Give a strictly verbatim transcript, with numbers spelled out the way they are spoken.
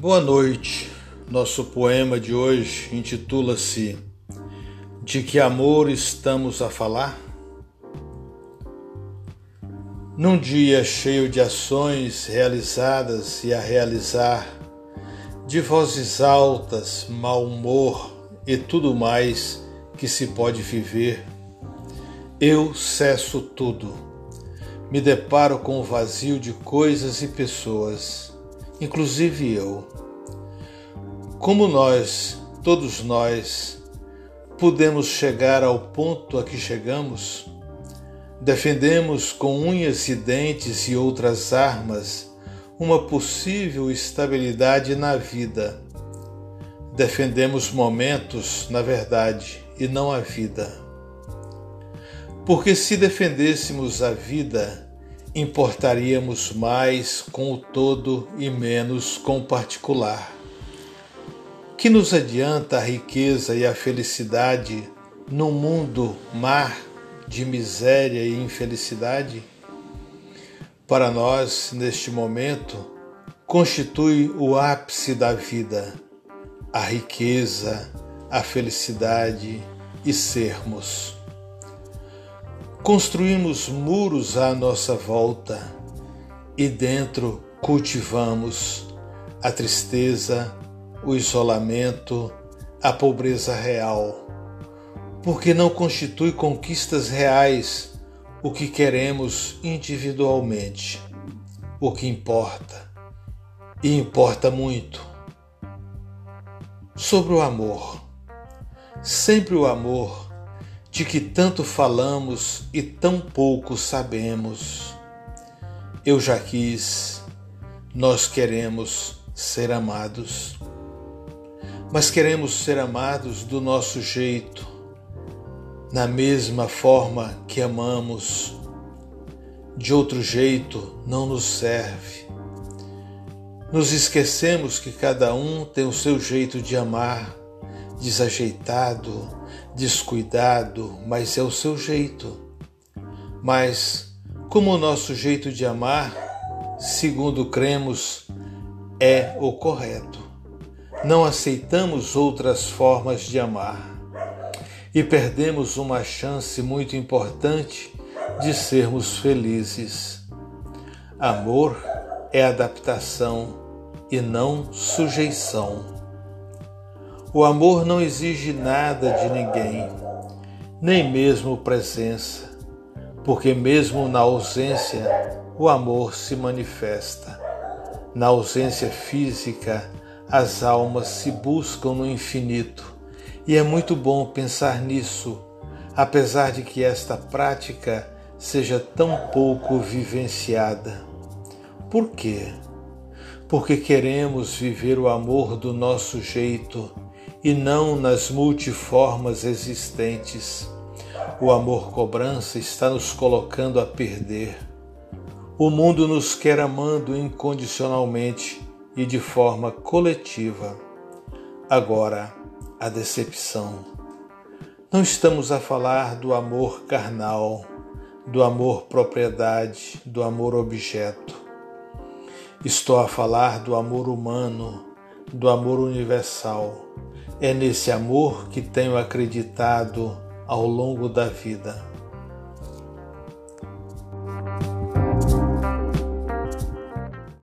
Boa noite. Nosso poema de hoje intitula-se De que amor estamos a falar? Num dia cheio de ações realizadas e a realizar, de vozes altas, mau humor e tudo mais que se pode viver, eu cesso tudo. Me deparo com o vazio de coisas e pessoas, inclusive eu. Como nós, todos nós, podemos chegar ao ponto a que chegamos? Defendemos com unhas e dentes e outras armas uma possível estabilidade na vida. Defendemos momentos, na verdade, e não a vida. Porque se defendêssemos a vida, importaríamos mais com o todo e menos com o particular. Que nos adianta a riqueza e a felicidade num mundo mar de miséria e infelicidade? Para nós, neste momento, constitui o ápice da vida, a riqueza, a felicidade e sermos. Construímos muros à nossa volta e dentro cultivamos a tristeza, o isolamento, a pobreza real, porque não constitui conquistas reais o que queremos individualmente, o que importa, e importa muito. Sobre o amor, sempre o amor, de que tanto falamos e tão pouco sabemos. Eu já quis, nós queremos ser amados, mas queremos ser amados do nosso jeito, na mesma forma que amamos. De outro jeito não nos serve. Nos esquecemos que cada um tem o seu jeito de amar, desajeitado, descuidado, mas é o seu jeito. Mas, como o nosso jeito de amar, segundo cremos, é o correto, não aceitamos outras formas de amar e perdemos uma chance muito importante de sermos felizes. Amor é adaptação e não sujeição. O amor não exige nada de ninguém, nem mesmo presença, porque mesmo na ausência o amor se manifesta. Na ausência física, as almas se buscam no infinito, e é muito bom pensar nisso, apesar de que esta prática seja tão pouco vivenciada. Por quê? Porque queremos viver o amor do nosso jeito, e não nas multiformas existentes. O amor cobrança está nos colocando a perder. O mundo nos quer amando incondicionalmente e de forma coletiva. Agora, a decepção. Não estamos a falar do amor carnal, do amor propriedade, do amor objeto. Estou a falar do amor humano, do amor universal. É nesse amor que tenho acreditado ao longo da vida.